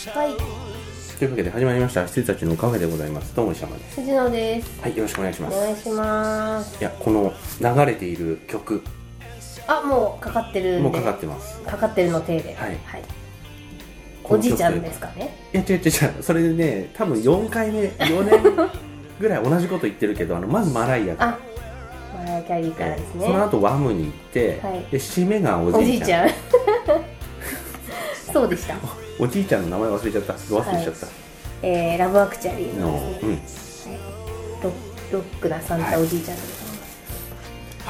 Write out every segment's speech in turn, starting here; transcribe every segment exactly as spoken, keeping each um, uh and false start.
はい。 というわけで始まりました羊たちのカフェでございます。どうも石山です。 藤野です。 はい、よろしくお願いします。 お願いします。 いや、この流れている曲、 あ、もうかかってるんで。 もうかかってます。 かかってるの手で。 はい。 はい、おじいちゃんですかね。 いや、違う違う違う。それでね、多分よんかいめ、よねんぐらい同じこと言ってるけど、あのまずマライアあ、マライアキャリーからですね。 その後ワムに行って、はい、で締めがおじいちゃん。 おじいちゃんそうでした。 おじいちゃんの名前忘れちゃった。忘れちゃった。はい、 えー、ラブアクチャリーの、ね、うん、はい、ロ, ロックなサンタおじいちゃんでございます。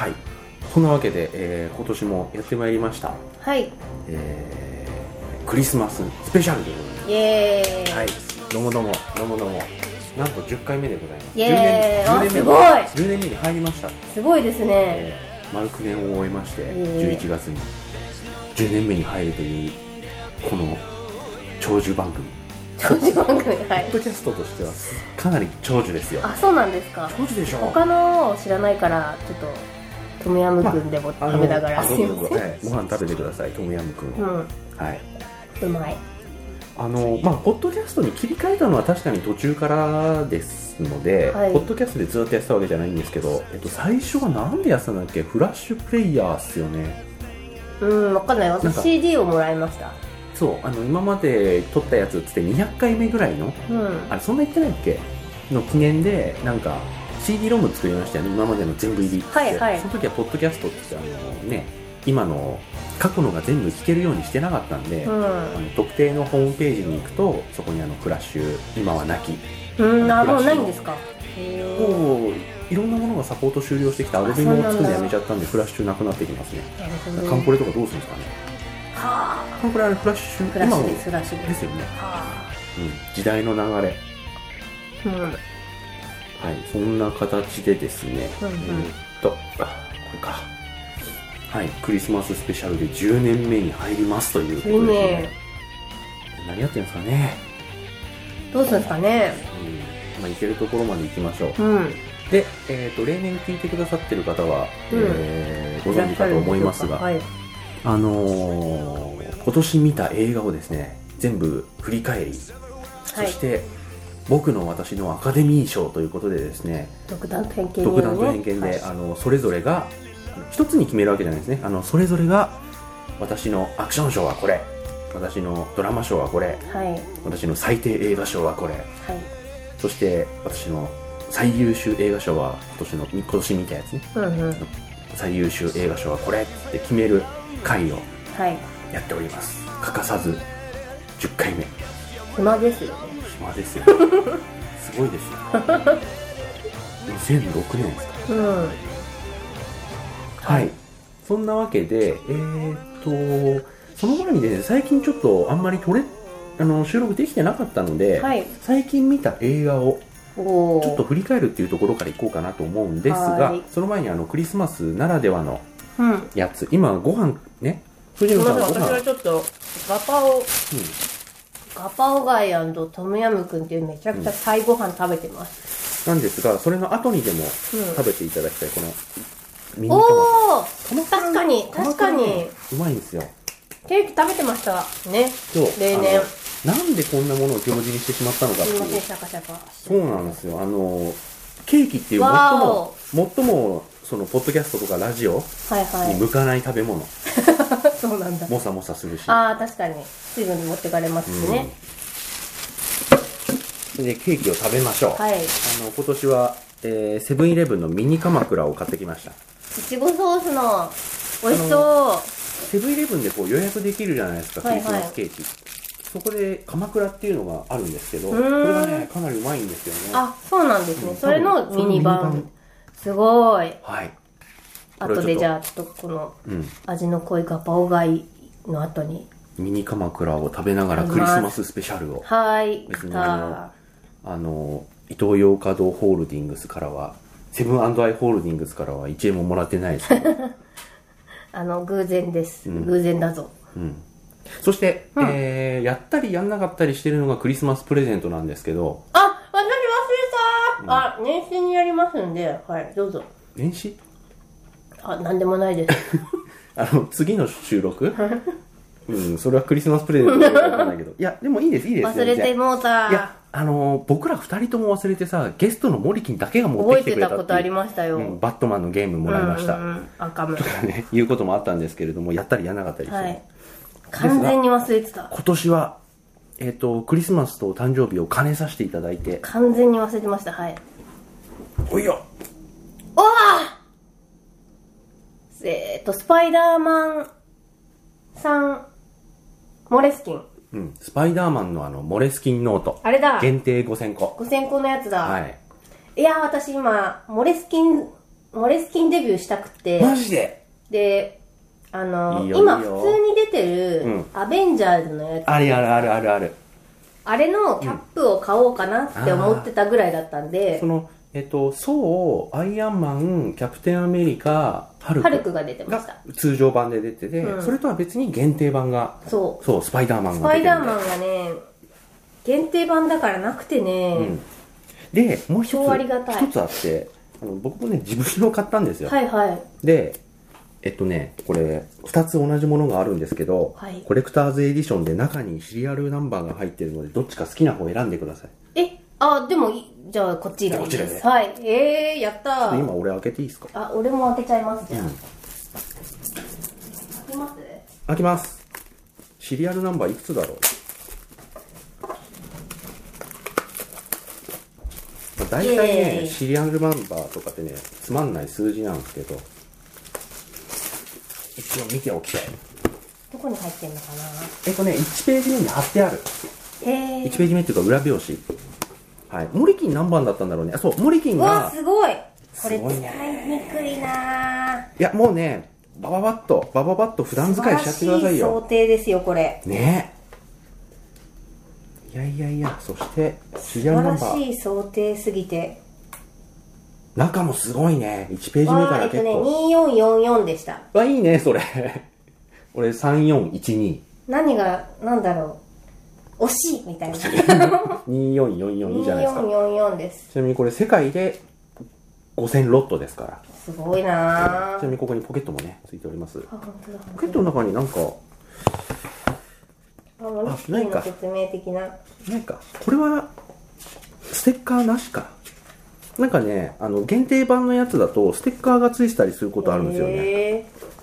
はい、はい、そんなわけで、えー、今年もやってまいりました。 はい、 えー、クリスマススペシャルでございます。 イエーイ。 はい、どうもどうもどうもどうも。なんとじゅっかいめでございます。 イエーイ。あ、すごい。 じゅうねんめに入りました。 すごいですね。 えー、丸くねんを終えまして、じゅういちがつにじゅうねんめに入るというこの長寿番組。 長寿番組、はい。 ポッドキャストとしてはかなり長寿ですよ。 あ、そうなんですか。 長寿でしょう。 他のを知らないからちょっとトムヤムくんでも食べながら、すいません。 はい、ご飯食べてください、トムヤムくん。うん、はい。 うまい。 あのまあポッドキャストに切り替えたのは確かに途中からですので、はい、ポッドキャストでずっとやってたわけじゃないんですけど、えっと最初はなんでやってたんだっけ、フラッシュプレイヤーっすよね。 うん、わかんない。私 シーディー をもらいました。 そう、あの今まで撮ったやつっつってにひゃっかいめぐらいの、うん、あれそんな言ってないっけの記念でなんか シーディー ロム作りましたよね、今までの全部入りって。はいはい、その時はポッドキャストってあのね、今の過去のが全部聞けるようにしてなかったんで、うん、あの特定のホームページに行くとそこにあのフラッシュ、今はなき、 うん、あ、もうないんですか。 もういろんなものがサポート終了してきて、アドビも作るのやめちゃったんでフラッシュなくなってきますね。カンコレとかどうするんですかね。はあ、カンコレはフラッシュ、今もですよね。はあ、うん、時代の流れ、うん、はい、そんな形でですね、うんうん、えー、っとあ、これか、はい、クリスマススペシャルでじゅうねんめに入りますということで、ね、何やってるんですかね。 どうするんですかね。 うん、まあ、行けるところまで行きましょう。うん、で、えー、と例年聞いてくださってる方は、うん、えー、ご存知かと思いますが、はい、あのー、今年見た映画をですね全部振り返り、はい、そして僕の私のアカデミー賞ということでですね、 独断と偏見で、ね、 独断と偏見で、はい、あのそれぞれが一つに決めるわけじゃないですね。あのそれぞれが私のアクション賞はこれ、私のドラマ賞はこれ、はい、私の最低映画賞はこれ、はい、そして私の最優秀映画賞は今年の今年見たやつね、うんうん、最優秀映画賞はこれって決める回をやっております、はい、欠かさずじゅっかいめ。 暇ですよね。 暇ですよすごいですよにせんろくねんですか、うん、はい、はい、そんなわけで、えー、っとその前にね、最近ちょっとあんまり撮れあの収録できてなかったので、はい、最近見た映画をちょっと振り返るっていうところからいこうかなと思うんですが、その前にあのクリスマスならではのやつ、うん、今ご飯ね、 藤野さんご飯、私はちょっとガパオ、うん、ガパオガイ&トムヤムクンっていうめちゃくちゃタイご飯食べてます、 うん、なんですが、それの後にでも食べていただきたい、このミニカマ、おー、確かに確かにうまいんですよ。 ケーキ食べてましたね、例年。 なんでこんなものを表示にしてしまったのかっていう。 すいません、シャカシャカ。 そうなんですよ。あのケーキっていう最も最もそのポッドキャストとかラジオに向かない食べ物。 はいはい、そうなんだ。 もさもさするし。 ああ、確かに水分に持ってかれますしね。 うん、でケーキを食べましょう。はい。あの今年は、えー、セブンイレブンのミニ鎌倉を買ってきました。いちごソースの美味しそう。 セブンイレブンでこう予約できるじゃないですか、クリスマスケーキ。そこで鎌倉っていうのがあるんですけど、これがねかなりうまいんですよね。 あ、そうなんですね。うん、それのミニ版。すごい。はい。後でじゃあちょっとこの味の濃いガパオガイの後に、 うん、ミニ鎌倉を食べながらクリスマススペシャルを。 はい。 別にあのあのイトーヨーカドーホールディングスからは、セブン&アイホールディングスからはいちえんももらってないですけど。 あの偶然です、うん、偶然だぞ。 うん。そして、うん、えー、やったりやんなかったりしてるのがクリスマスプレゼントなんですけど。 あ、私忘れた、うん、あ、年始にやりますんで、はい、どうぞ。 年始？ あ、なんでもないです。 あの、次の収録うん、それはクリスマスプレゼントかわかんないけど。いや、でもいいです、いいです。 忘れてもうた。 いや、あのー、僕ら二人とも忘れてさ、ゲストのモリキンだけが持ってきてくれたっていう。 覚えてたことありましたよ。 うん、バットマンのゲームもらいました。うん、うん、 アカム。 とかね、いうこともあったんですけれども、やったりやらなかったりして。はい。 完全に忘れてた。 今年は、えっと、クリスマスと誕生日を兼ねさせていただいて。 完全に忘れてました、はい。 おいよ。 おわえーっと、スパイダーマンさん、モレスキン。 うん。スパイダーマンのあの、モレスキンノート。 あれだ。 限定ごせんこ。 ごせんこのやつだ。 はい。 いや、私今、モレスキン、モレスキンデビューしたくて。 マジでで、あの、 いいよ今いいよ普通に出てる、うん、アベンジャーズのやつ。 あるあるあるあるある。 あれのキャップを買おうかなって思ってたぐらいだったんで。 うん、その、えっと、ソー、アイアンマン、キャプテンアメリカ、ハルク。 ハルクが出てました。 通常版で出てて、うん、それとは別に限定版が。 そう。 そう、スパイダーマンが出てる。スパイダーマンがね、限定版だからなくてね。うん、 で、もう一つ、 超ありがたい。 一つあって、あの僕もね、自分の買ったんですよ。 はいはい。 で、えっとね、これ、二つ同じものがあるんですけど、はい、コレクターズエディションで中にシリアルナンバーが入ってるので、どっちか好きな方を選んでください。 え、あ、でも、じゃあこっちでいいです。こっちでね。はい。えー、やったー。 今俺開けていいですか？ あ、俺も開けちゃいます、じゃあ。うん、開けます？ 開けます。シリアルナンバーいくつだろう？大体ね、シリアルナンバーとかってね、つまんない数字なんですけど、一応見ておきたい。 どこに入ってんのかな？ えっとね、いちページ目に貼ってある。 へー。 いちページ目っていうか裏表紙。はい。モリキン何番だったんだろうね。あ、そう、モリキンが。 うわ、すごい。これ使いにくいな。 いや、もうね、バババッと、バババッと普段使いしちゃってくださいよ。 想定ですよ、これ。 ねえ。いやいやいや、そして、シリアルナンバー。 素晴らしい想定すぎて。 中もすごいね。いちページ目から結構。 えっとね、によんよんよんでした。 あ、いいね、それ。俺、さんよんいちに。 何が、なんだろう。惜しいみたいな。 によんよんよんいいじゃないですか。 によんよんよんです。 ちなみにこれ世界でごせんロットですから。 すごいなぁ。 ちなみにここにポケットもね、ついております。 あ、本当だ。 ポケットの中になんか、 あ、モリキンの説明的な。 なんか、これは、ステッカーなしか。なんかね、あの、限定版のやつだと、ステッカーがついてたりすることあるんですよね。 へ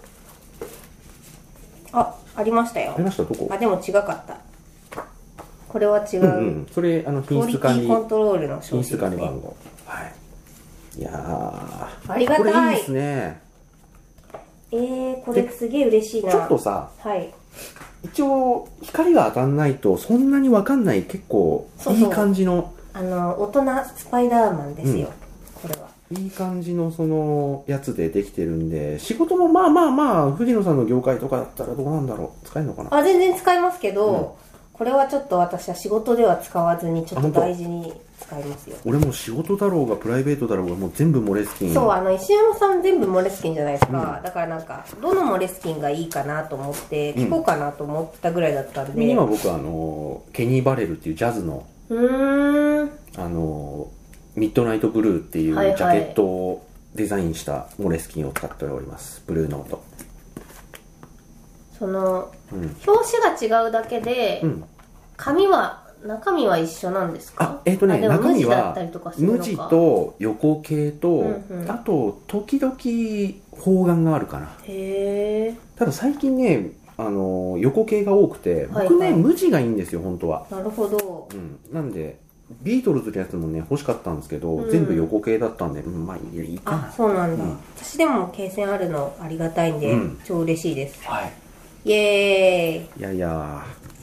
ー。あ、ありましたよ。 ありました、どこ？ あ、でも違かった。これは違う。 うんうん、それ、あの、品質管理。 コントロールの品質管理番号。はい。いやー。 ありがたい。 これいいですね。 えー、これすげえ嬉しいな。 ちょっとさ、 はい。 一応、光が当たんないと、そんなにわかんない、結構、いい感じの。 あの、大人スパイダーマンですよ。うん、これは。 いい感じの、その、やつでできてるんで、仕事もまあまあまあ、藤野さんの業界とかだったらどうなんだろう。使えるのかな？ あ、全然使えますけど、うん、これはちょっと私は仕事では使わずにちょっと大事に使いますよ。 俺も仕事だろうがプライベートだろうがもう全部モレスキン。 そう、あの石山さん全部モレスキンじゃないですか、うん、だからなんかどのモレスキンがいいかなと思って聞こうかなと思ったぐらいだったんで、 うん、今僕はあのケニー・バレルっていうジャズのうーんあのミッドナイトブルーっていうジャケットをデザインしたモレスキンを使っております。ブルーノート。 その、うん、表紙が違うだけで、うん、紙は中身は一緒なんですか？ あ、えっとね、中身は無地と横系と、うんうん、あと時々方眼があるかな。 へー。 ただ最近ね、あの横系が多くて、僕ね、はいはい、無地がいいんですよ本当は。 なるほど。 うん、なんでビートルズのやつもね欲しかったんですけど、うん、全部横系だったんで、うん、まあいいかな。 あ、そうなんだ、うん、私でも罫線あるのありがたいんで、うん、超嬉しいです。 はい。 イエーイ。いやいや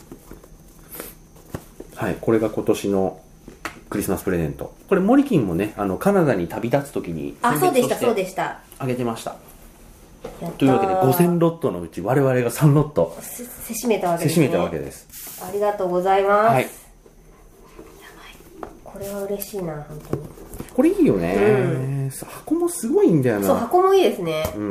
はい、これが今年のクリスマスプレゼント。これモリキンもね、あのカナダに旅立つ時にあ、そうでしたそうでしたあげてました。というわけでごせんロットのうち我々がさんロットせせしめたわけですね。 せしめたわけです。 ありがとうございます。 はい。 やばい。これは嬉しいな本当に。 これいいよね、うん、箱もすごいんだよな。 そう、箱もいいですね。 うん。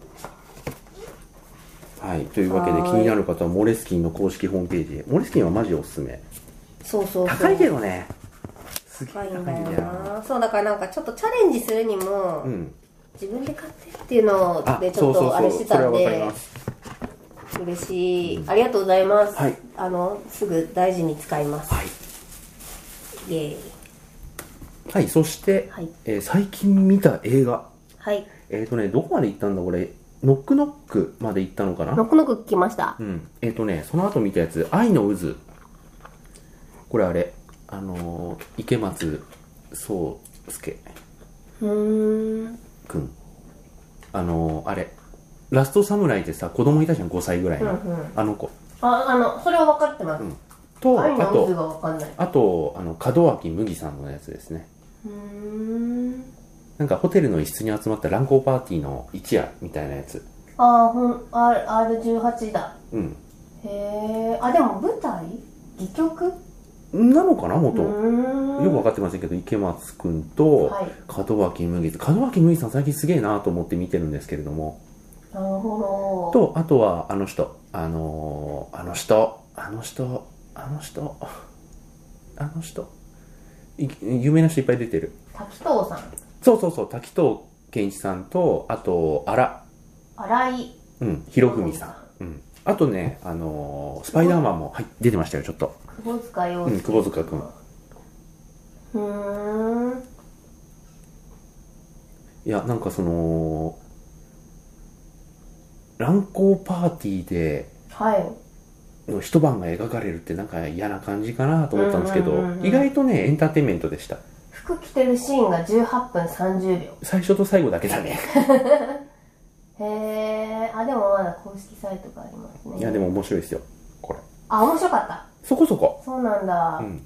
はい、というわけで気になる方はモレスキンの公式ホームページへ。モレスキンはマジおすすめ。 そうそうそう。 高いけどね。 すげえ高いんだよな。そうだからなんかちょっとチャレンジするにも、うん、自分で買ってっていうのでちょっとあれしてたんで。 嬉しい、うん、ありがとうございます、はい、あのすぐ大事に使います、はい、イエーイ。 はい、そして、はい、えー、最近見た映画、 はい、 えっ、ー、とねどこまで行ったんだこれ、ノックノックまで行ったのかな。 ノックノック聞きました。 うん。えっ、ー、とねその後見たやつ、愛の渦。これあれ、あのー、池松壮亮うーんくん、あのー、あれラストサムライでさ子供いたじゃん、ごさいぐらいの、うんうん、あの子。 あ、あのそれは分かってます、うん、 と愛の渦が分かんない。 あとあの門脇麦さんのやつですね。 うーん、 なんかホテルの一室に集まった乱交パーティーの一夜みたいなやつ。 ああ、ほん アールじゅうはち だ。 うん。 へえ。あ、でも舞台戯曲なのかな元。よく分かってませんけど、池松くんと門脇麦さん、門脇麦さん最近すげえなと思って見てるんですけれども。 なるほど。 とあとはあの人あのー、あの人あの人あの人あの人有名な人いっぱい出てる。 滝藤さん。 そうそうそう、滝藤健一さんと、あと荒荒井うん博文さん、うん、あとね、あのー、スパイダーマンも、はい、出てましたよちょっと。 窪塚洋介、 うん、窪塚くん。 ふーん。 いやなんかその乱交パーティーで、 はい、 の一晩が描かれるってなんか嫌な感じかなと思ったんですけど、うんうんうんうん、意外とねエンターテインメントでした。 服着てるシーンがじゅうはっぷんさんじゅうびょう。 最初と最後だけだね。 へえ。あ、でもまだ公式サイトがありますね。 いやでも面白いですよこれ。 あ、面白かった。 そこそこ。 そうなんだ、 うん、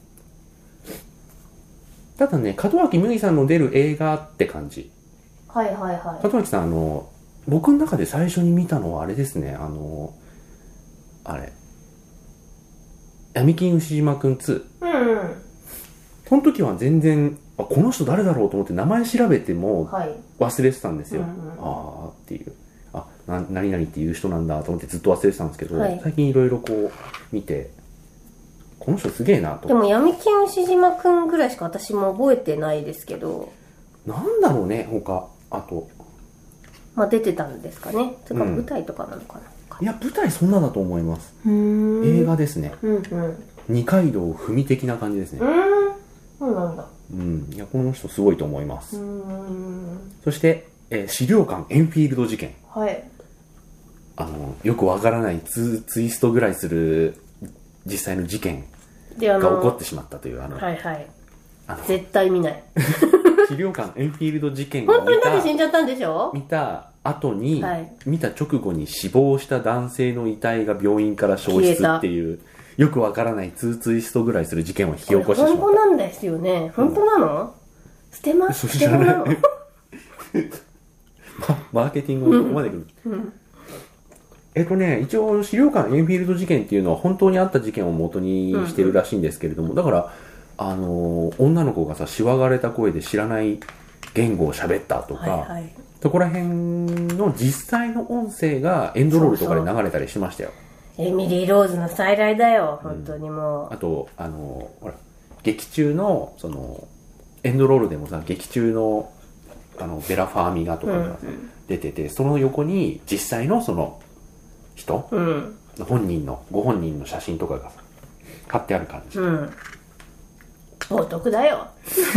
ただね門脇麦さんの出る映画って感じ。 はいはいはい。 門脇さん、あの僕の中で最初に見たのはあれですね、あのあれ闇金牛島くんツー。うんうん。 その時は全然あこの人誰だろうと思って名前調べても忘れてたんですよ、はい、うんうん、ああっていう、あな何々っていう人なんだと思ってずっと忘れてたんですけど、はい、最近いろいろこう見てこの人すげえなと。 でも闇金牛島くんぐらいしか私も覚えてないですけど、 なんだろうね他。あとまあ出てたんですかね。とか舞台とかなのかな、 うん、いや舞台そんなだと思います。 うーん、 映画ですね、 うんうん、 二階堂ふみ的な感じですね。 うーん、そうなんだ。 うん、いやこの人すごいと思います。うーん、そして、えー、資料館エンフィールド事件、 はい、 あのよくわからないツツイストぐらいする実際の事件が起こってしまったという、あのはいはい、あの絶対見ない資料館エンフィールド事件を見た、 本当に誰死んじゃったんでしょ。 見た後に、 はい、 見た直後に死亡した男性の遺体が病院から消失っていうよくわからないツーツイストぐらいする事件を引き起こしてしまった。 本当なんですよね。本当なの、うん、ステマステマなのマーケティングをここまで来る、うんうん、えっとね一応資料館エンフィールド事件っていうのは本当にあった事件を元にしてるらしいんですけれども、うんうん、だからあのー、女の子がさしわがれた声で知らない言語を喋ったとか、はいはい、そこら辺の実際の音声がエンドロールとかで流れたりしましたよ。 そうそう、エミリー・ローズの再来だよ本当にもう、 うん、あとあのー、ほら劇中のそのエンドロールでもさ劇中のあのベラ・ファーミガとかが出てて、うんうん、その横に実際のその人、うん、本人のご本人の写真とかが貼ってある感じ、うん、 お得だよ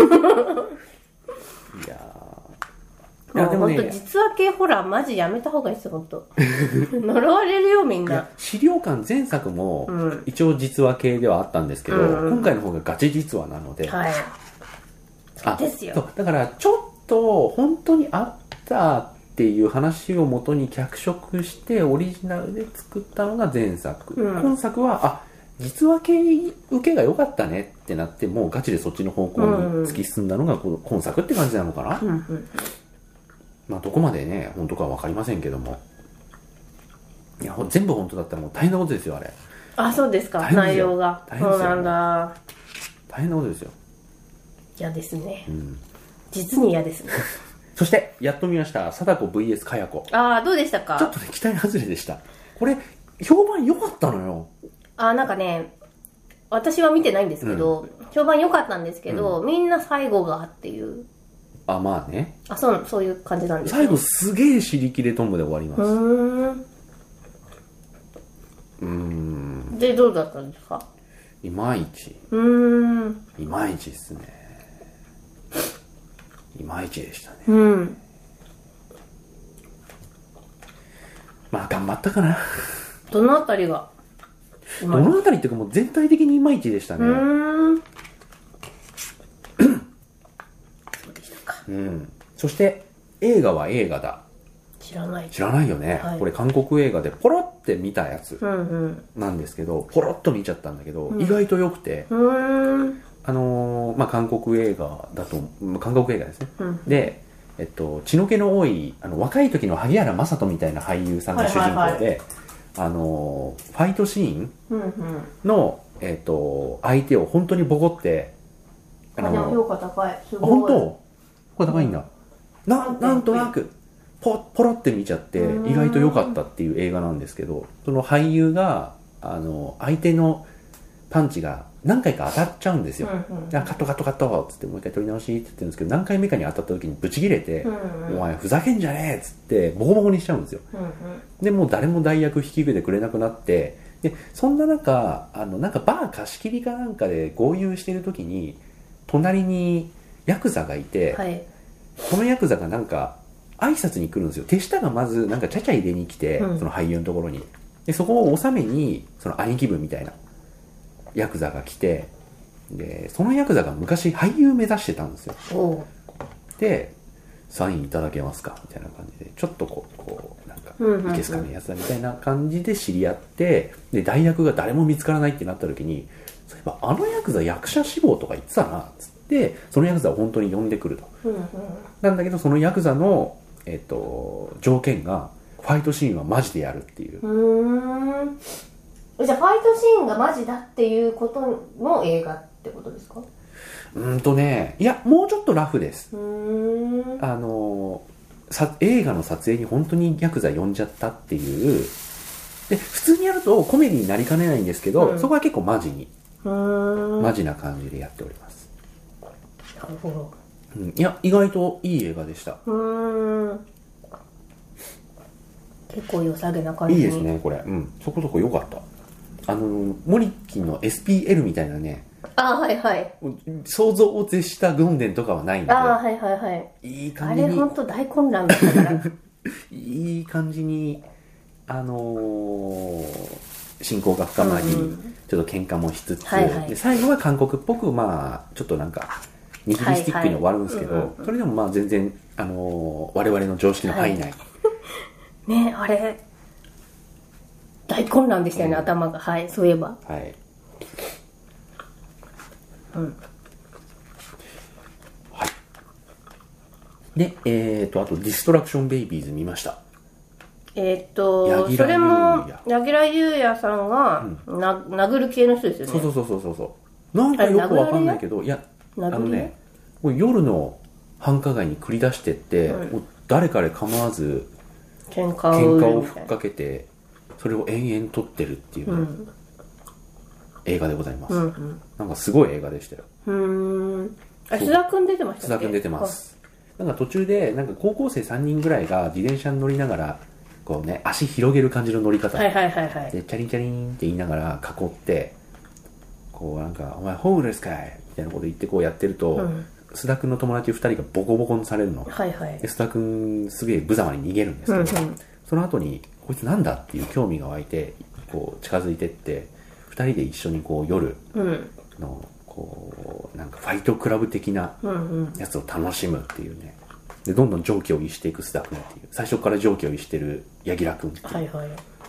いやー、いやでもね、本当実話系ホラーマジやめた方がいいですよ本当呪われるよみんな。 資料館前作も一応実話系ではあったんですけど、うん、今回の方がガチ実話なので、 はい、そうですよ。 そうだからちょっと本当にあったっていう話を元に脚色してオリジナルで作ったのが前作、うん、今作はあ実話系受けが良かったねってなってもうガチでそっちの方向に突き進んだのが今作って感じなのかな、うんうん、まあどこまでね本当かは分かりませんけども、いや全部本当だったらもう大変なことですよあれ。 あ、そうですか。内容がそうなんだ。 大変なことですよ。 嫌ですね、うん、実に嫌ですねそしてやっと見ました貞子 ブイエス かや子。 ああどうでしたか。 ちょっとね期待外れでした。これ評判良かったのよ。 あ、なんかね私は見てないんですけど、うん、評判良かったんですけど、うん、みんな最後がっていう。 あ、まあね。 あ、そう、そういう感じなんですね。 最後すげえ尻切れトンボで終わります。うーん。 でどうだったんですか？ いまいち。 うーん。 いまいちですね。いまいちでしたね。 うん。 まあ頑張ったかな。 どのあたりが？ どのあたりっていうかもう全体的にいまいちでしたね。 うーん。そうでしたか。 うん。そして映画は映画だ。 知らない。 知らないよね。はい、これ韓国映画でポロって見たやつなんですけど、うんうん、ポロっと見ちゃったんだけど、うん、意外と良くて、 うーん、 あのー、まあ韓国映画だと、韓国映画ですね。うん、で、えっと、血の気の多いあの若い時の萩原聖人みたいな俳優さんが主人公で、はいはいはい、あのー、ファイトシーンの、うんうん、えっと、相手を本当にボコって、 あのー、あ、でも評価高い。すごい。 本当？これ高いんだ。うん、な、なんとなく。ポ, ポロって見ちゃって意外と良かったっていう映画なんですけど、その俳優があの相手のパンチが何回か当たっちゃうんですよ、うんうん、カットカットカットっつってもう一回取り直しって言ってるんですけど、何回目かに当たった時にブチ切れて、うんうん、お前ふざけんじゃねえっつってボコボコにしちゃうんですよ、うんうん、でもう誰も代役引き受けてくれなくなって、でそんな中あのなんかバー貸し切りかなんかで豪遊してる時に隣にヤクザがいて、はい、このヤクザがなんか挨拶に来るんですよ。手下がまずなんかちゃちゃ入れに来て、うん、その俳優のところに。で、そこを収めに、その兄貴分みたいなヤクザが来て、で、そのヤクザが昔俳優目指してたんですよ。で、サインいただけますかみたいな感じで、ちょっとこう、こう、なんか、いけすかねえやつだみたいな感じで知り合って、で、代役が誰も見つからないってなった時に、そういえばあのヤクザ役者志望とか言ってたな、つって、そのヤクザを本当に呼んでくると。うんうん、なんだけど、そのヤクザのえっと、条件がファイトシーンはマジでやるっていう。 うーん。じゃあファイトシーンがマジだっていうことの映画ってことですか？ うーんとね、いやもうちょっとラフです。うーん、あのさ映画の撮影に本当にヤクザ呼んじゃったっていう。で普通にやるとコメディになりかねないんですけど、うん、そこは結構マジにうーんマジな感じでやっております。 なるほど。 うん、いや意外といい映画でした。 うーん、結構良さげな感じにいいですねこれ、うん、そこそこ良かった。あのモリキンの エスピーエル みたいなね、 あ、はいはい、 想像を絶した軍伝とかはないんで、 あ、はいはいはい、 いい感じに、 あれ本当大混乱だったからいい感じにあのー、親交が深まり、うんうん、ちょっと喧嘩もしつつ、はいはい、で最後は韓国っぽくまあちょっとなんかニヒリスティックに終わるんですけど、はいはい、うんうん、それでもまあ全然、あのー、我々の常識の範囲内、はい、 ね、あれ大混乱でしたよね、うん、頭が、はい、そういえば、はい、うん、 はい、でえーとあとディストラクションベイビーズ見ました。 えー、っとそれも柳楽優弥さんが、うん、な殴る系の人ですよね。 そうそうそうそうそうなんかよくわかんないけど、いやあのね、夜の繁華街に繰り出してって、うん、もう誰彼構わず喧嘩を喧嘩をふっかけてそれを延々撮ってるっていう、ね、うん、映画でございます、うんうん、なんかすごい映画でしたよ。 うーん、あ、須田くん出てましたっけ？ 須田くん出てます。なんか途中でなんか高校生さんにんぐらいが自転車に乗りながらこうね足広げる感じの乗り方、 はいはいはいはい、 でチャリンチャリンって言いながら囲ってこうなんかお前ホームレスかいみたいなこと言ってこうやってると、うん、須田くんの友達ふたりがボコボコにされるの、はいはい、で須田くんすげえ無様に逃げるんですけど、うんうん、その後にこいつなんだっていう興味が湧いてこう近づいてってふたりで一緒にこう夜のこうなんかファイトクラブ的なやつを楽しむっていうね、でどんどん常軌を逸していく須田くんっていう、最初から常軌を逸してる柳楽くんっていう、 はいはい、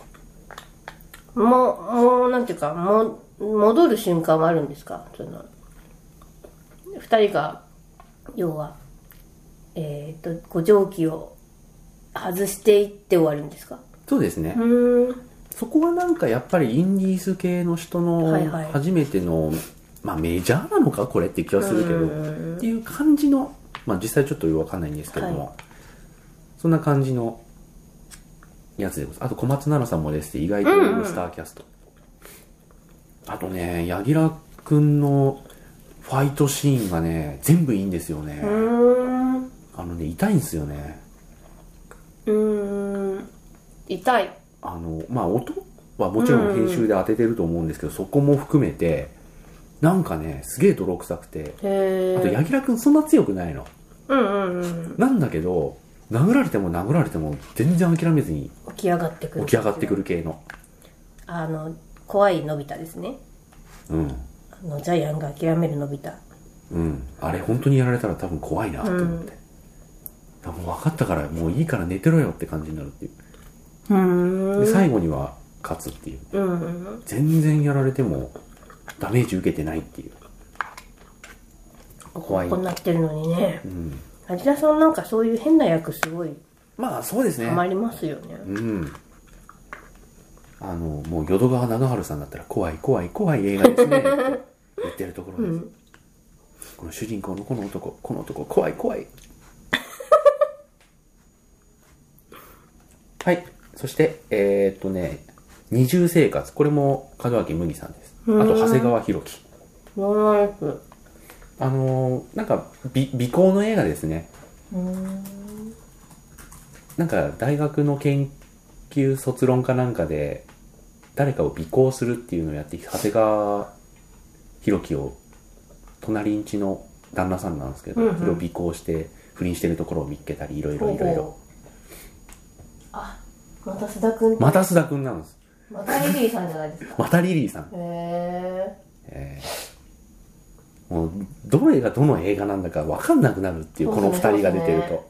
もうもうなんていうかも戻る瞬間はあるんですか？そのふたりが要はえっ、ー、とこう常軌を外していって終わるんですか？ そうですね。うーん、そこはなんかやっぱりインディーズ系の人の初めての、はいはい、まあメジャーなのかこれって気はするけどっていう感じの、まあ実際ちょっとよくわかんないんですけども、はい、そんな感じのやつでございます。あと小松菜奈さんもですって意外とスターキャスト、うんうん、あとね柳楽くんのファイトシーンがね全部いいんですよね。うーん、あのね痛いんですよね。 うーん、痛い。 あのまあ音はもちろん編集で当ててると思うんですけど、うん、そこも含めてなんかねすげえ泥臭くて、あと柳楽くんそんな強くないの、 うんうんうん、 なんだけど殴られても殴られても全然諦めずに起き上がってくる起き上がってくる系のあの怖いのび太ですね。 うん、 あのジャイアンが諦めるのび太、 うん、あれ本当にやられたら多分怖いなと思って、うん、もう分かったからもういいから寝てろよって感じになるっていう、うーんで最後には勝つっていう、うんうん、全然やられてもダメージ受けてないっていう怖いこんなってるのにね、うん、芦田さんなんかそういう変な役すごいまあそうですねハマりますよね。 うんあのもう淀川長春さんだったら怖い怖い怖い映画ですねって言ってるところです、うん、この主人公のこの男この男怖い怖いはいそしてえー、っとね二重生活これも門脇麦さんです。あと長谷川博己あのー、なんか美美行の映画ですね。うーんなんか大学の研究卒論かなんかで誰かを尾行するっていうのをやって長谷川博己を隣ん家の旦那さんなんですけど、うんうん、それを尾行して不倫してるところを見っけたりいろいろいろいろ。 あまた須田くんまた須田くんなんです。 またリリーさんじゃないですか。 またリリーさん。へえー、もうどれがどの映画なんだか分かんなくなるっていうこの二人が出てると。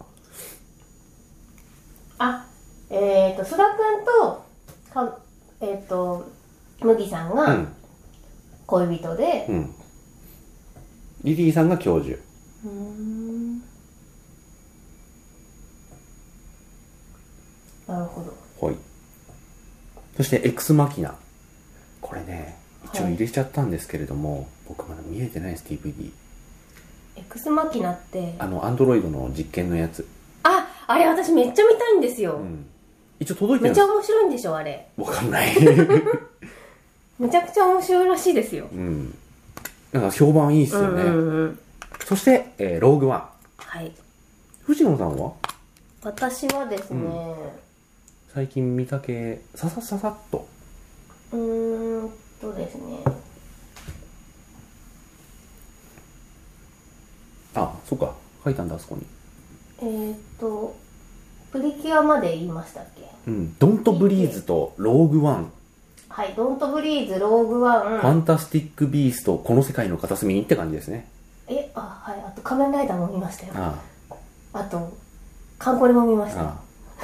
あえっ、ー、と須田くんとかえっ、ー、と麦さんが恋人で、うんうん、 リリーさんが教授。 うーんなるほど。 はい。そしてエクスマキナこれね一応入れちゃったんですけれども、はい、僕まだ見えてないです ディーブイディー。 エクスマキナってあのアンドロイドの実験のやつ。 ああれ私めっちゃ見たいんですよ、うん、 一応届いてるんです。めっちゃ面白いんでしょあれ。 わかんないめちゃくちゃ面白いらしいですよ。うん。 なんか評判いいっすよね。うんうんうん、そして、えー、ローグワン。 はい。 藤野さんは？ 私はですね、うん、 最近見かけささささっと。 うーんとですね。 あ、そっか書いたんだあそこに。 えーっとプリキュアまで言いましたっけ？ うん。ドントブリーズとローグワン。 はい、ドントブリーズ、ローグワン、 ファンタスティックビースト、この世界の片隅にって感じですね。 え、あ、はい、あと仮面ライダーも見ましたよ。ああ、あとカンコレも見ました。ああ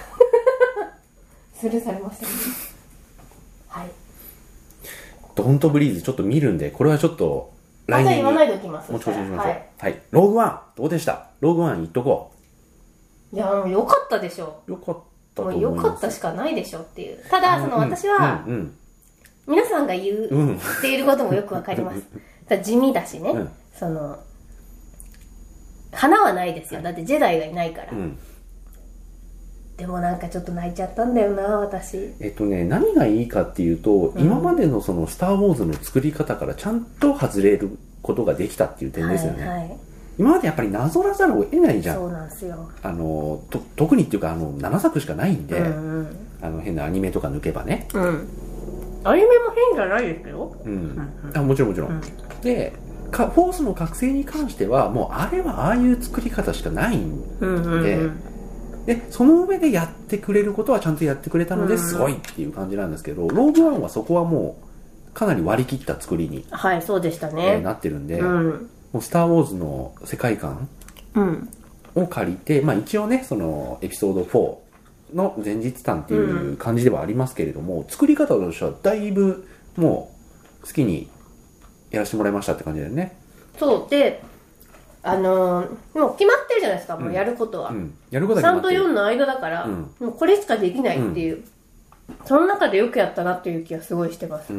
スルーされましたね。はい。 ドントブリーズちょっと見るんで、これはちょっと来年に。あ、じゃあ言わないでおきます。 もう少ししましょう。はい、はい。ローグワンどうでした？ローグワン言っとこう。いや、もう良かったでしょ。 良かったと思います。もう良かったしかないでしょっていう。ただその私は、うんうんうん皆さんが言う、うん、っていることもよくわかります。だ地味だしね、うん、その花はないですよ。だってジェダイがいないから、うん、でもなんかちょっと泣いちゃったんだよな私。 えっとね何がいいかっていうと、うん、今までのそのスター・ウォーズの作り方からちゃんと外れることができたっていう点ですよね、はいはい、今までやっぱりなぞらざるを得ないじゃん。 そうなんですよ。 あのと特にっていうかあのななさくしかないんで、うんうん、あの変なアニメとか抜けばね、うんアニメも変じゃないですよ。うん。 あ、もちろんもちろん。うん、でか、フォースの覚醒に関しては、もうあれはああいう作り方しかないんで、うんうんうん、で、その上でやってくれることはちゃんとやってくれたのですごいっていう感じなんですけど、うん、ローグワンはそこはもうかなり割り切った作りに、 はい、そうでしたね。 えー、なってるんで、うん、もうスター・ウォーズの世界観を借りて、まあ一応ね、そのエピソードフォー、の前日譚っていう感じではありますけれども、うん、作り方としてはだいぶもう好きにやらせてもらいましたって感じだよね。 そうであのー、もう決まってるじゃないですか、うん、もうやることは、うん、 やることは決まってる。 さんとよんの間だから、うん、もうこれしかできないっていう、うん、その中でよくやったなっていう気がすごいしてます、うん、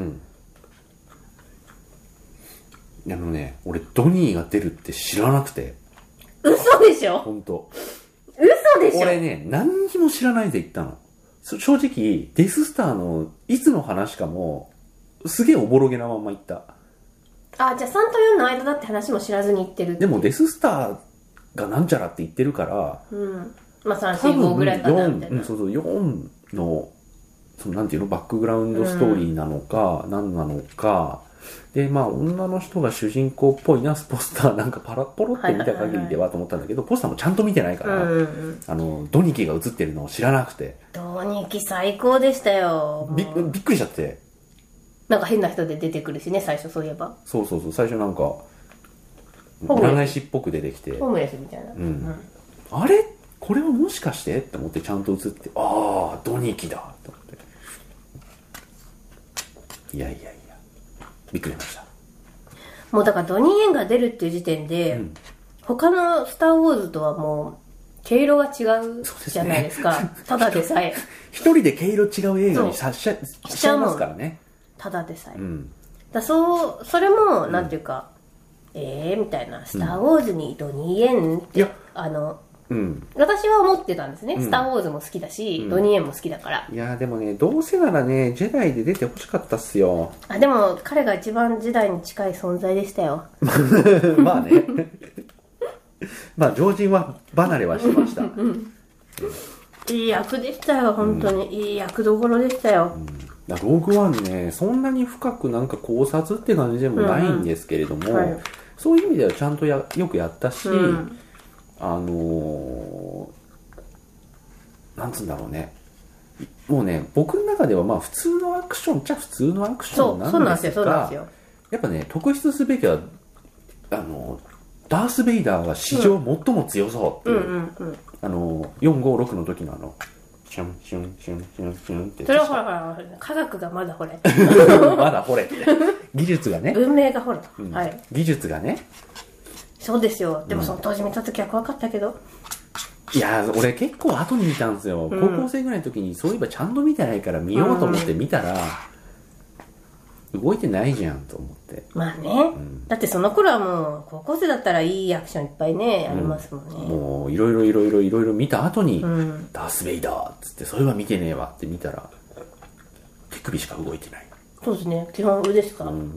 あのね俺ドニーが出るって知らなくて。 嘘でしょ。 本当嘘でしょ。 俺ね、何にも知らないで言ったの。正直、デススターのいつの話かも、すげえおぼろげなまま言った。 あ、じゃあさんとよんの間だって話も知らずに言ってるって。 でもデススターがなんちゃらって言ってるから、 うん。まあさん、よん、ごぐらいかなみたいな。 うん、そうそう、よんのそのなんていうのバックグラウンドストーリーなのか、うん、何なのかで、まあ女の人が主人公っぽいなポスターなんかパラポロって見た限りではと思ったんだけど、ポスターもちゃんと見てないから、うんうん、あのドニキが映ってるのを知らなくて。 ドニキ最高でしたよ。 びびっくりしちゃって。 なんか変な人で出てくるしね、最初そういえば。 そうそうそう、最初なんか占い師っぽく出てきて、 ホームレスみたいな、うんうん、 あれこれはもしかしてって思ってちゃんと映って、ああドニキだと思って、いやいやいやびっくりしました。 もうだからドニー・イエンが出るっていう時点で、うん、他のスター・ウォーズとはもう毛色が違うじゃないですか。す、ね、ただでさえ一人で毛色違う映画にさしちゃしちゃいますからね。 ただでさえ、うん、だそうそれもなんていうか、うん、えーみたいな、スター・ウォーズにドニー・イエンって、うん、あの、うん、私は思ってたんですね、うん、スター・ウォーズも好きだし、うん、ドニー・イエンも好きだから。 いやでもね、どうせならねジェダイで出てほしかったっすよ。 あ、でも彼が一番ジェダイに近い存在でしたよまあねまあ常人は離れはしました、うん、 いい役でしたよ本当に、うん、いい役どころでしたよ、うん、 ローグワンね、そんなに深くなんか考察って感じでもないんですけれども、うんはい、そういう意味ではちゃんとやよくやったし、うん、あのー、なんつうんだろうね、もうね僕の中ではまあ普通のアクションっちゃ普通のアクションなんですが、やっぱね特筆すべきはあのダース・ベイダーが史上最も強そうっていう、うんうんうんうん、あのよんごろくの時のあのシュンシュンシュンシュンシュンって、 それはほらほら科学がまだほれまだほれって技術がね、 文明がほら、 うん、はい、技術がね、 そうですよ。でもその当時見た時は怖かったけど、 うん、いや俺結構後に見たんですよ、うん、高校生ぐらいの時にそういえばちゃんと見てないから見ようと思って見たら、うん、動いてないじゃんと思って。 まあね、うん、だってその頃はもう高校生だったらいいアクションいっぱいね、うん、ありますもんね。 もういろいろいろいろいろいろ見た後に、うん、ダース・ベイダーっつって、そういえば見てねえわって見たら手首しか動いてない。 そうですね、基本腕ですか、うん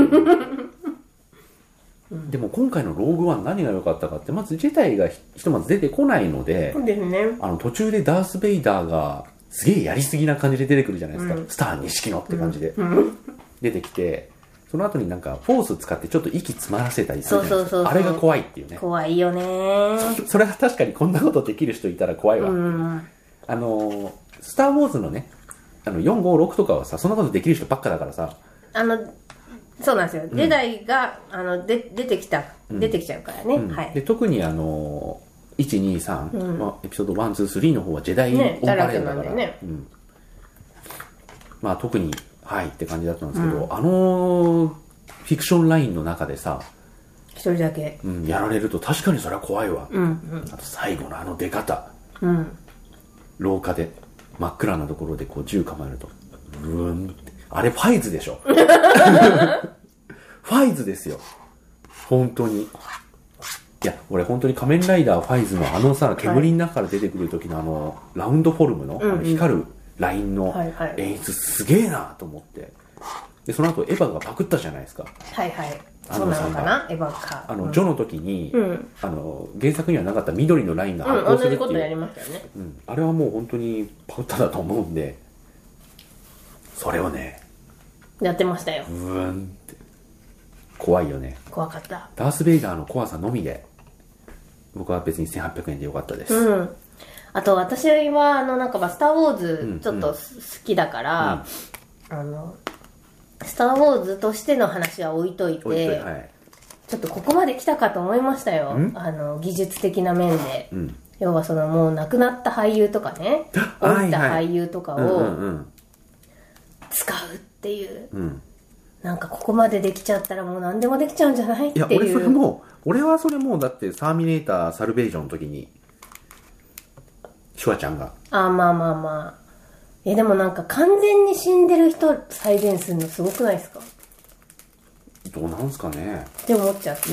うん、でも今回のローグワン何が良かったかって、まず自体がひとまず出てこないので、 そうですね、 あの途中でダース・ベイダーがすげえやりすぎな感じで出てくるじゃないですか、うん、スター錦野って感じで、うん、出てきて、その後になんかフォース使ってちょっと息詰まらせたりするじゃないですか。そうそうそうそう、あれが怖いっていうね。 怖いよね。 そ, それは確かにこんなことできる人いたら怖いわ、うん、あのスター・ウォーズのね、あのよんごろくとかはさ、そんなことできる人ばっかだからさ、 あのそうなんですよ、うん、ジェダイがあので出てきた、うん、出てきちゃうからね、うん、はい、 で特にあのいちにさん、うん、まあ、エピソードいち、に、さんの方はジェダイオンパレードだから、ね、うん、まあ特にはいって感じだったんですけど、うん、あのフィクションラインの中でさ一人だけ、 うん、やられると確かにそれは怖いわ、うんうん、あと最後のあの出方、うん、廊下で真っ暗なところでこう銃構えるとブーンって、あれファイズでしょファイズですよ本当に。いや俺本当に仮面ライダーファイズのあのさ煙の中から出てくる時のあのラウンドフォルムの、はい、あの光るラインの演出すげえなと思って、でその後エヴァがパクったじゃないですか。 はいはい、そうなのかな、エヴァか。 あの、うん、ジョの時に、うん、あの原作にはなかった緑のラインが発光するっていう、うん、同じことやりましたよね、 うん、あれはもう本当にパクっただと思うんで、それをねやってましたよ。 ブーンって怖いよね。 怖かった。 ダース・ベイダーの怖さのみで僕は別にせんはっぴゃくえんでよかったです、 うん、あと私はあのなんかスター・ウォーズちょっと好きだから、うんうん、あのスター・ウォーズとしての話は置いといて、置いといて、はい、ちょっとここまで来たかと思いましたよ、あの技術的な面で、うん、要はそのもう亡くなった俳優とかね、老いた俳優とかを使うっていう、うん、なんかここまでできちゃったらもう何でもできちゃうんじゃないっていう。いや俺それも俺はそれもうだってターミネーターサルベージョンの時にシュワちゃんが、 あまあまあまあ、えでもなんか完全に死んでる人再現するのすごくないですか。 どうなんすかねって思っちゃって、うん、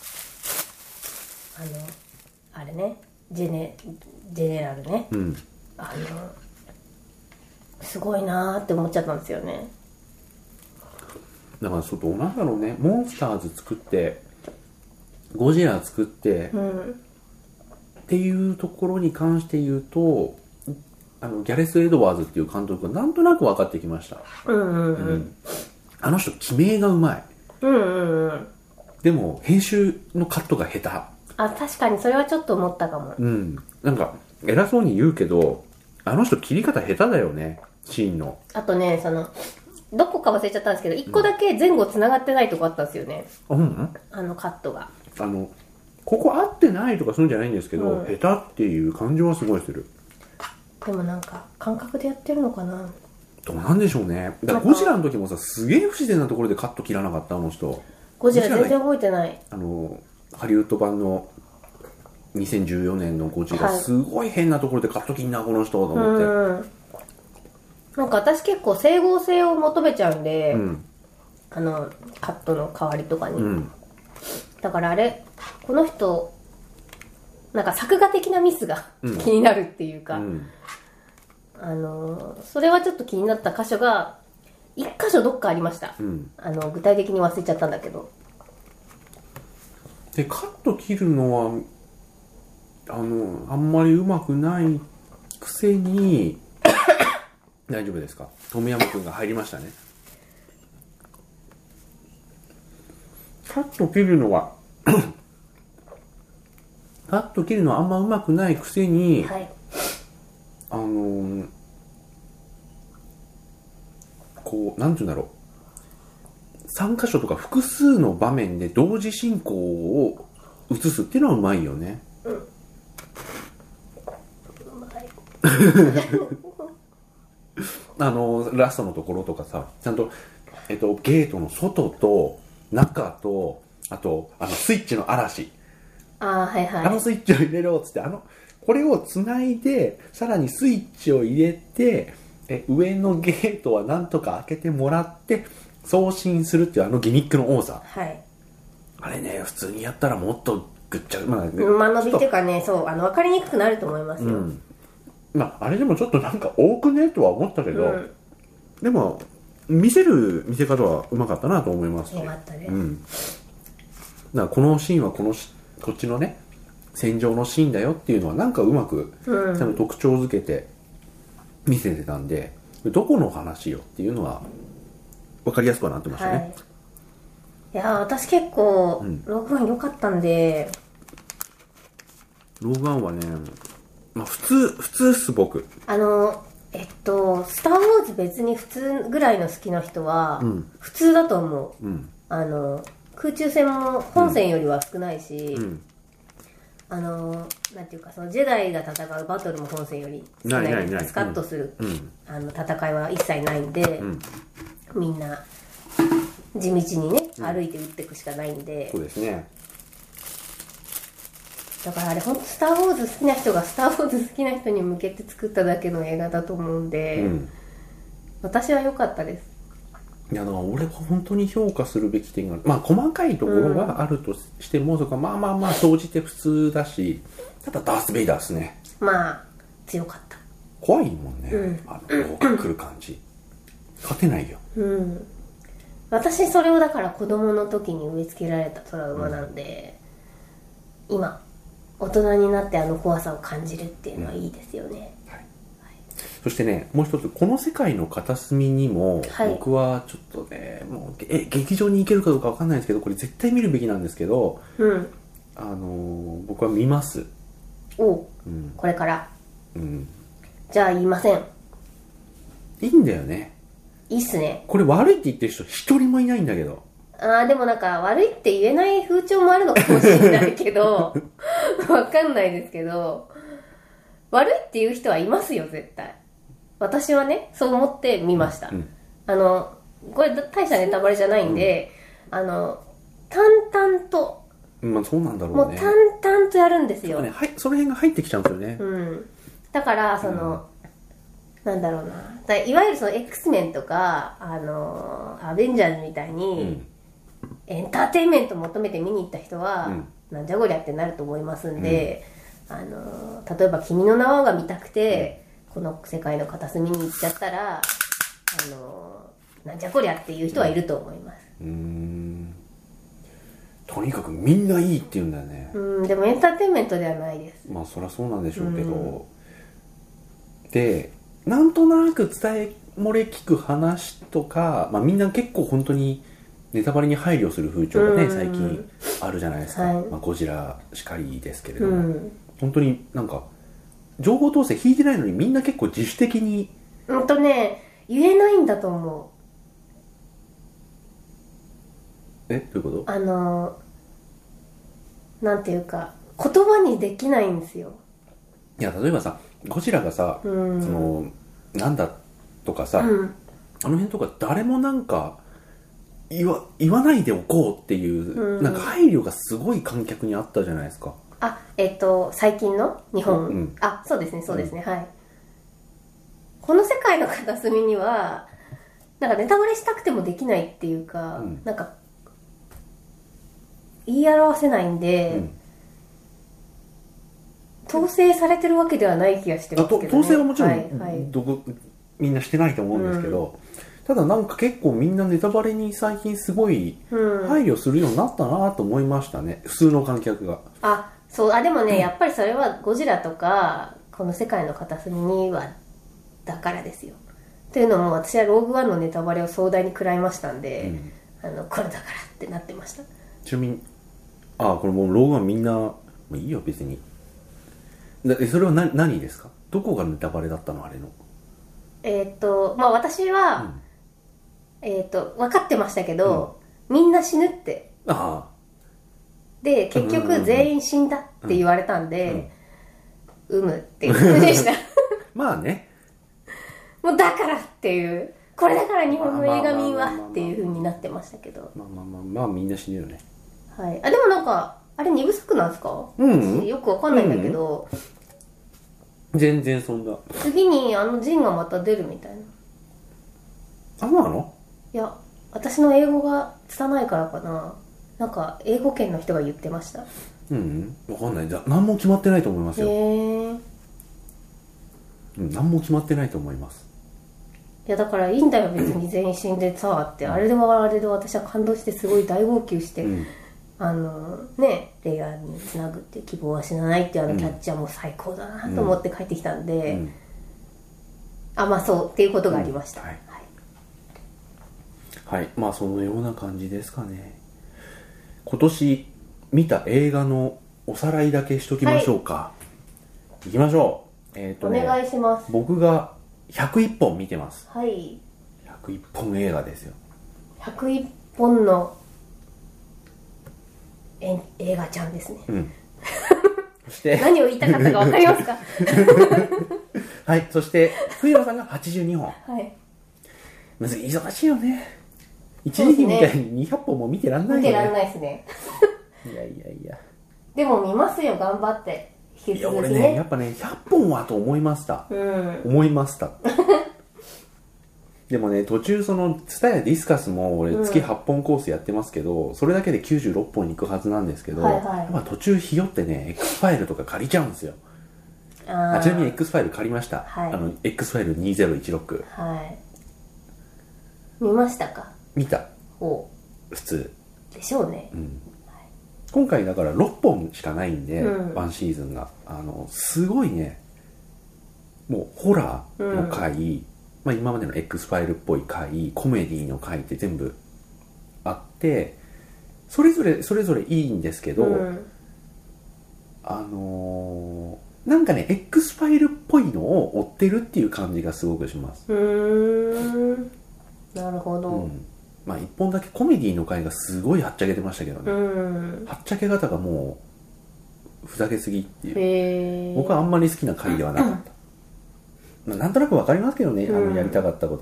あのあれねジェネジェネラルね、うん、あのすごいなーって思っちゃったんですよね。 だからそうどうなんだろうね。モンスターズ作ってゴジラ作って、うん、っていうところに関して言うとあのギャレス・エドワーズっていう監督がなんとなく分かってきました。 うんうんうん、うん、 あの人決めがうまい。 うんうんうん。 でも編集のカットが下手。 あ、確かにそれはちょっと思ったかも。 うん。なんか偉そうに言うけど、あの人切り方下手だよね、シーンの。 あとね、そのどこか忘れちゃったんですけど、一個だけ前後つながってないとこあったんですよね。 うん。 あのカットが。あのここ合ってないとかそういうんじゃないんですけど、うん、下手っていう感じはすごいする。 でもなんか感覚でやってるのかな。 どうなんでしょうね。だからゴジラの時もさ、すげえ不自然なところでカット切らなかった、あの人。 ゴジラ全然覚えてない。 あのハリウッド版のにせんじゅうよねんのゴジラ、はい、すごい変なところでカット切んなこの人と思って。うんなんか私結構整合性を求めちゃうんで、うん、あのカットの代わりとかに、うん、だからあれこの人なんか作画的なミスが、うん、気になるっていうか、うん、あのそれはちょっと気になった箇所が一箇所どっかありました、うん、あの具体的に忘れちゃったんだけど。 でカット切るのはあのあんまりうまくないくせに大丈夫ですか？トムヤムくんが入りましたね。カット切るのはカット切るのはあんまうまくないくせに、はい、あのー、こうなんていうんだろう、さん箇所とか複数の場面で同時進行を映すっていうのはうまいよね。うん、うまいあのラストのところとかさ、ちゃんと、えっと、ゲートの外と中と、あとあのスイッチの嵐、 あ、はいはい、 あのスイッチを入れろっつって、あのこれをつないでさらにスイッチを入れて、え上のゲートはなんとか開けてもらって送信するっていうあのギミックの多さ、 はい、 あれね普通にやったらもっとぐっちゃ、まあ、 間延びっていうかね、そうあの分かりにくくなると思いますよ。うん、 まあ、あれでもちょっとなんか多くねとは思ったけど、うん、でも見せる見せ方はうまかったなと思います。 よかったです、 うん、だからこのシーンはこのこっちのね戦場のシーンだよっていうのはなんかうまく、うん、ちゃんと特徴づけて見せてたんで、どこの話よっていうのは分かりやすくはなってましたね。はい、 いや私結構、うん、ローグワン良かったんで。 ローグワンはね、まあ、普通普通っす僕。 あのえっとスター・ウォーズ別に普通ぐらいの好きな人は、うん、普通だと思う、うん、あの空中戦も本戦よりは少ないし、うん、あのなんていうかそのジェダイが戦うバトルも本戦より少ない、ないないない、スカッとする、うん、あの戦いは一切ないんで、うん、みんな地道にね、歩いて打っていくしかないんで、 そうですね。 だからあれ本当スター・ウォーズ好きな人がスター・ウォーズ好きな人に向けて作っただけの映画だと思うんで、うん、私は良かったです。 いやだから俺は本当に評価するべき点が、まあ細かいところはあるとしても、うん、そこはまあまあまあ総じて普通だし、ただダース・ベイダーですね。 まあ強かった。 怖いもんね、うん、あの来る感じ勝てないよ。 うん、私それをだから子供の時に植え付けられたトラウマなんで、うん、今大人になってあの怖さを感じるっていうのはいいですよね。うん、はいはい、 そしてね、もう一つこの世界の片隅にも、はい、僕はちょっとねもうえ劇場に行けるかどうかわかんないんですけど、これ絶対見るべきなんですけど、うん、あのー、僕は見ます。 お、うん、これから、うん、じゃあ言いません。 いいんだよね。 いいっすね。 これ悪いって言ってる人一人もいないんだけど。 あーでもなんか悪いって言えない風潮もあるのかもしれないけどわかんないですけど、悪いっていう人はいますよ絶対。私はねそう思って見ました、うん、あのこれ大したネタバレじゃないんで、うん、あの淡々と、 まあそうなんだろうね、 もう淡々とやるんですよ、 ね、はい、その辺が入ってきちゃうんですよね、 うん、だからその、うん、なんだろうな、だいわゆるその X メンとかあのアベンジャーズみたいに、うんエンターテインメント求めて見に行った人は、うん、なんじゃこりゃってなると思いますんで、うん、あの例えば君の名はが見たくて、うん、この世界の片隅に行っちゃったらあのなんじゃこりゃっていう人はいると思います。うーん、 とにかくみんないいって言うんだよね。 うん、でもエンターテインメントではないです。 まあそりゃそうなんでしょうけど、 でなんとなく伝え漏れ聞く話とか、まあ、みんな結構本当にネタバレに配慮する風潮がね、最近あるじゃないですか、はい、まあ、ゴジラしかりですけれども、うん、本当になんか情報統制引いてないのにみんな結構自主的にうんとね言えないんだと思う。えどういうこと？ あのなんていうか言葉にできないんですよ。 いや例えばさゴジラがさ、うん、そのなんだとかさ、うん、あの辺とか誰もなんか言わ、言わないでおこうっていう、うん、なんか配慮がすごい観客にあったじゃないですか。 あ、えっと最近の日本、うん、あ、そうですねそうですね、うん、はい。この世界の片隅にはなんかネタバレしたくてもできないっていうか、うん、なんか言い表せないんで、うん、統制されてるわけではない気がしてますけどね。 統制はもちろん、はいはい、どこみんなしてないと思うんですけど、うん、ただなんか結構みんなネタバレに最近すごい配慮するようになったなと思いましたね、うん、普通の観客が。 あ、そう、あ、でもね、うん、やっぱりそれはゴジラとかこの世界の片隅にはだからですよ。というのも私はローグワンのネタバレを壮大に食らいましたんで、うん、あのこれだからってなってました。 ちなみにあ、これもうローグワンみんなもういいよ別に。だそれは何、何ですか？どこがネタバレだったのあれの。 えー、っとまあ私は、うん、えー、っと分かってましたけど、うん、みんな死ぬって。ああ。で結局全員死んだって言われたんで、うんうん、うむっていう風でした。 まあね。 もうだからっていうこれだから日本の映画民はっていう風になってましたけど。 まあまあまあまあみんな死ぬよね。 はい。あでもなんかあれ二部作なんですか？うん。よくわかんないんだけど。 うん、全然そんな。 次にあのジンがまた出るみたいな。 あ、そうなの？いや、私の英語が拙いからかな。なんか英語圏の人が言ってました。 うん、わかんない。何も決まってないと思いますよ。へえ。うん、何も決まってないと思います。 いやだからいいんだよ別に全員死んでさって、あれでもあれで私は感動してすごい大号泣して、うん、あのねレイアにつなぐって希望は死なないっていうあのキャッチャーも最高だなと思って帰ってきたんで、うんうん、あまあそうっていうことがありました、うん、はい、 はいはい、まあそのような感じですかね。今年見た映画のおさらいだけしときましょうか。はい、いきましょう。えーとね、 お願いします。 僕がひゃくいっぽん見てます。 はい。 ひゃくいっぽん映画ですよ。 ひゃくいっぽんのえ映画ちゃんですね。うん。そして何を言いたかったかわかりますか？ はい。そして冬野さんがはちじゅうにほん。 はい。 むず忙しいよね。一時期みたいににひゃっぽんも見てらんないよね。 見てらんないですね。 いやいやいや。 でも見ますよ頑張って。 いや俺ねやっぱねひゃっぽんはと思いました、うん、思いましたでもね途中そのツタヤディスカスも俺月はっぽんコースやってますけど、うん、それだけできゅうじゅうろっぽんに行くはずなんですけど、はいはい、やっぱ途中ひよってね X ファイルとか借りちゃうんですよ。ああちなみに X ファイル借りました、はい、あの X ファイルにせんじゅうろく、はい、 見ましたか？ 見た。ほう普通でしょうね、うん、 今回だからろっぽんしかないんで、うん、ワンシーズンがあのすごいねもうホラーの回、うん、まあ、今までの X ファイルっぽい回コメディの回って全部あってそれぞれそれぞれいいんですけど、うん、あのー、なんかね X ファイルっぽいのを追ってるっていう感じがすごくします。うーんなるほど、うん、 まあ一本だけコメディの回がすごいはっちゃけてましたけどね、うん、はっちゃけ方がもうふざけすぎっていう僕はあんまり好きな回ではなかった、まあ、なんとなくわかりますけどね、あのやりたかったこと、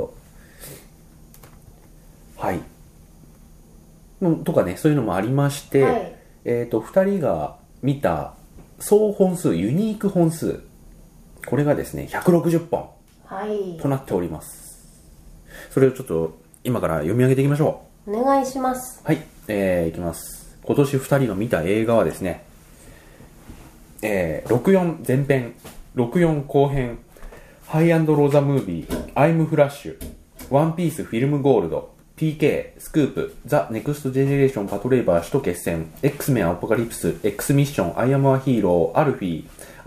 うん、はいとかねそういうのもありまして、はい、えーとふたりが見た総本数ユニーク本数これがですねひゃくろくじゅっぽん、はい、となっております。それをちょっと今から読み上げていきましょう。お願いします。 はい、えー、いきます。今年ふたりが見た映画はですね、えー、ろくじゅうよん前編、ろくじゅうよん後編、ハイ&ローザムービー、アイムフラッシュ、ワンピースフィルムゴールド、ピーケー、スクープ、ザ・ネクスト・ジェネレーション・パトレイバー、首都決戦、X メン・アポカリプス、X ミッション、アイアム・ア・ヒーロー、アルフィー、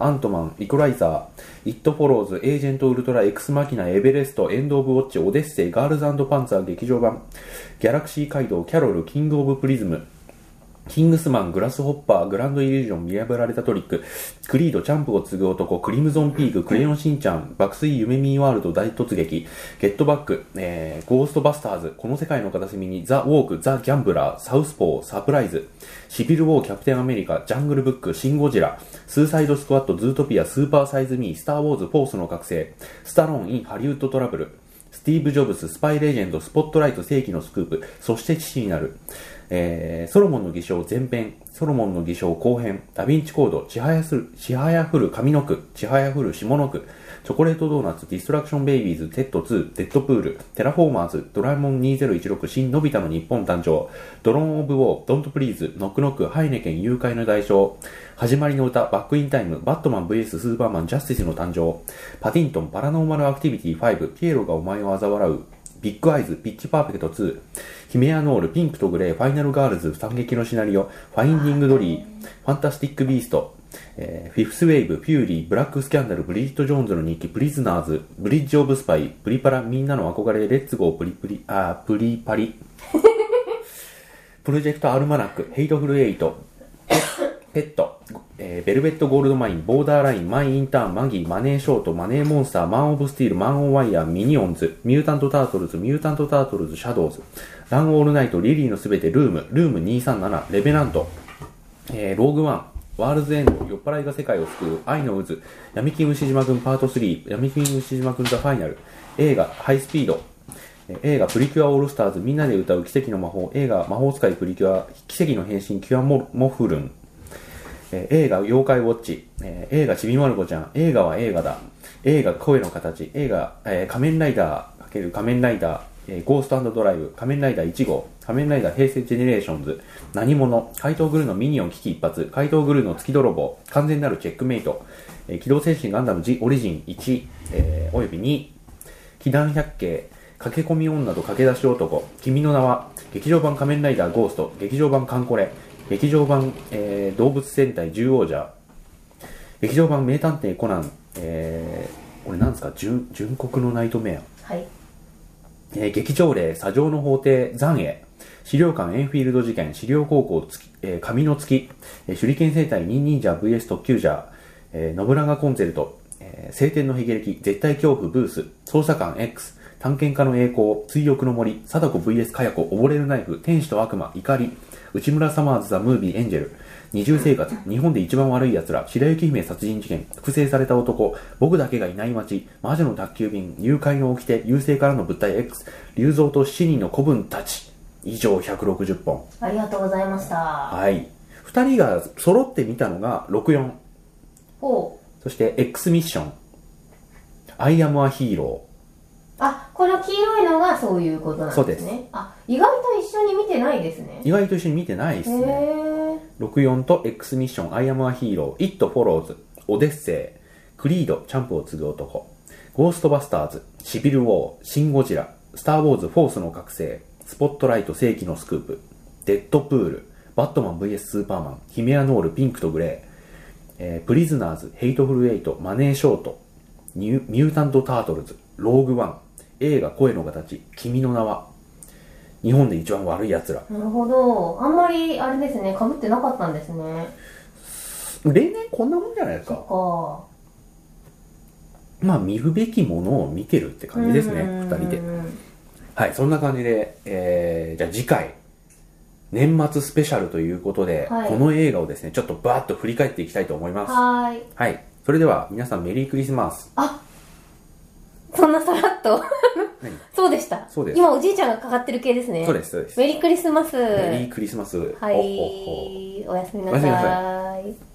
アントマン、イコライザー、イット・フォローズ、エージェント・ウルトラ、エクス・マキナ、エベレスト、エンド・オブ・ウォッチ、オデッセイ、ガールズ&パンツァー劇場版、ギャラクシー街道、キャロル、キング・オブ・プリズム、キングスマン、グラスホッパー、グランドイリュージョン、見破られたトリック、クリード、チャンプを継ぐ男、クリムゾンピーク、クレヨンしんちゃん、爆睡夢ミーワールド大突撃、ゲットバック、えー、ゴーストバスターズ、この世界の片隅に、ザ・ウォーク、ザ・ギャンブラー、サウスポー、サプライズ、シビル・ウォー、キャプテンアメリカ、ジャングルブック、シン・ゴジラ、スーサイド・スクワット、ズートピア、スーパーサイズ・ミー、スター・ウォーズ、フォースの覚醒、スタローン・イン・ハリウッド・トラブル、スティーブ・ジョブス、スパイ・レジェンド、スポットライト、世紀のスクープ、そして父になる、えー、ソロモンの偽証前編、ソロモンの偽証後編、ダヴィンチコード、ちはやする、ちはやふる上の句、ちはやふる下の句、チョコレートドーナツ、ディストラクションベイビーズ、テッドツー、デッドプール、テラフォーマーズ、ドラえもんにせんじゅうろく、新のび太の日本誕生、ドローンオブウォー、ドントプリーズ、ノックノック、ハイネケン誘拐の代償、始まりの歌、バックインタイム、バットマン ブイエス スーパーマン、ジャスティスの誕生、パティントン、パラノーマルアクティビティファイブ、ピエロがお前を嘲笑う、ビッグアイズ、ピッチパーフェクトツー、ヒメアノール、ピンクとグレー、ファイナルガールズ、惨劇のシナリオ、ファインディングドリー、ファンタスティックビースト、えー、フィフスウェーブ、フューリー、ブラックスキャンダル、ブリジット・ジョーンズの日記、プリズナーズ、ブリッジ・オブ・スパイ、プリパラ、みんなの憧れ、レッツゴー、プリプリ、あー、プリパリ、プロジェクト・アルマナック、ヘイトフル・エイト、ペット、えー、ベルベット・ゴールドマイン、ボーダーライン、マイ・インターン、マギー、マネー・ショート、マネー・モンスター、マン・オブ・スティール、マン・オン・ワイヤー、ミニオンズ、ミュータント・タートルズ、ミュータント・タートルズ、シャドウズ、ラン・オールナイト、リリーのすべて、ルーム、ルームにひゃくさんじゅうなな、レベナント、えー、ローグワン、ワールズ・エンド、酔っ払いが世界を救う、愛の渦、闇金牛島くんパートスリー、闇金牛島くんザ・ファイナル、映画、ハイスピード、映画プリキュアオールスターズ、みんなで歌う奇跡の魔法、映画魔法使いプリキュア、奇跡の変身キュアモモフルン、えー、映画妖怪ウォッチ、えー、映画ちびまる子ちゃん、映画は映画だ、映画声の形、映画、えー、仮面ライダー×仮面ライダー、えー、ゴースト&ドライブ、仮面ライダーいち号、仮面ライダー平成ジェネレーションズ、何者、怪盗グルーのミニオン危機一発、怪盗グルーの月泥棒、完全なるチェックメイト、えー、機動戦士ガンダム ジ・オリジンいち、えー、およびに、奇談百景、駆け込み女と駆け出し男、君の名は、劇場版仮面ライダーゴースト、劇場版カンコレ、劇場版、えー、動物戦隊獣王者、劇場版名探偵コナン、えー、これなんですか、純純国のナイトメア、 はいえー、劇場霊、砂上の法廷、残影、資料館エンフィールド事件、資料高校、えー、神の月、えー、手裏剣生態、ニンニンジャー ブイエス 特急ジャー、えー、信長コンセルト、えー、晴天の霹靂、絶対恐怖ブース、捜査官 X、探検家の栄光、追憶の森、貞子 ブイエス かや子、溺れるナイフ、天使と悪魔、怒り、内村サマーズ・ザ・ムービー・エンジェル、二重生活、日本で一番悪い奴ら、白雪姫殺人事件、複製された男、僕だけがいない街、魔女の宅急便、誘拐の掟、優勢からの物体 X、龍蔵と七人の子分たち、以上ひゃくろくじゅっぽん。 ありがとうございました。 はい。二人が揃って見たのがろくじゅうよん。 ほう。そして X ミッション、I am a hero。 あ、この黄色いのがそういうことなんですね。 そうです。 あ、意外と一緒に見てないですね。 意外と一緒に見てないですね。ろくじゅうよんと X ミッション、I am a hero、It follows、オデッセイ、クリード、チャンプを継ぐ男、ゴーストバスターズ、シビルウォー、シン・ゴジラ、スター・ウォーズ、フォースの覚醒、スポットライト、世紀のスクープ、デッドプール、バットマン ブイエス スーパーマン、ヒメアノール、ピンクとグレー、えー、プリズナーズ、ヘイトフルエイト、マネーショート、ミュータント・タートルズ、ローグワン、映画声の形、君の名は、日本で一番悪い奴ら。 なるほど。あんまりあれですね、被ってなかったんですね。 例年こんなもんじゃないですか。 そっか。まあ見るべきものを見てるって感じですね、二人で。はい、そんな感じで、えー、じゃあ次回年末スペシャルということで、はい、この映画をですねちょっとバーッと振り返っていきたいと思います。 はい。 はい。それでは皆さんメリークリスマス。 あ、そんなさらっとそうでした。 そうです。 今おじいちゃんがかかってる系ですね。 そうですそうです。 メリークリスマス。 メリークリスマス。 はい。おやすみなさい。おやすみなさい。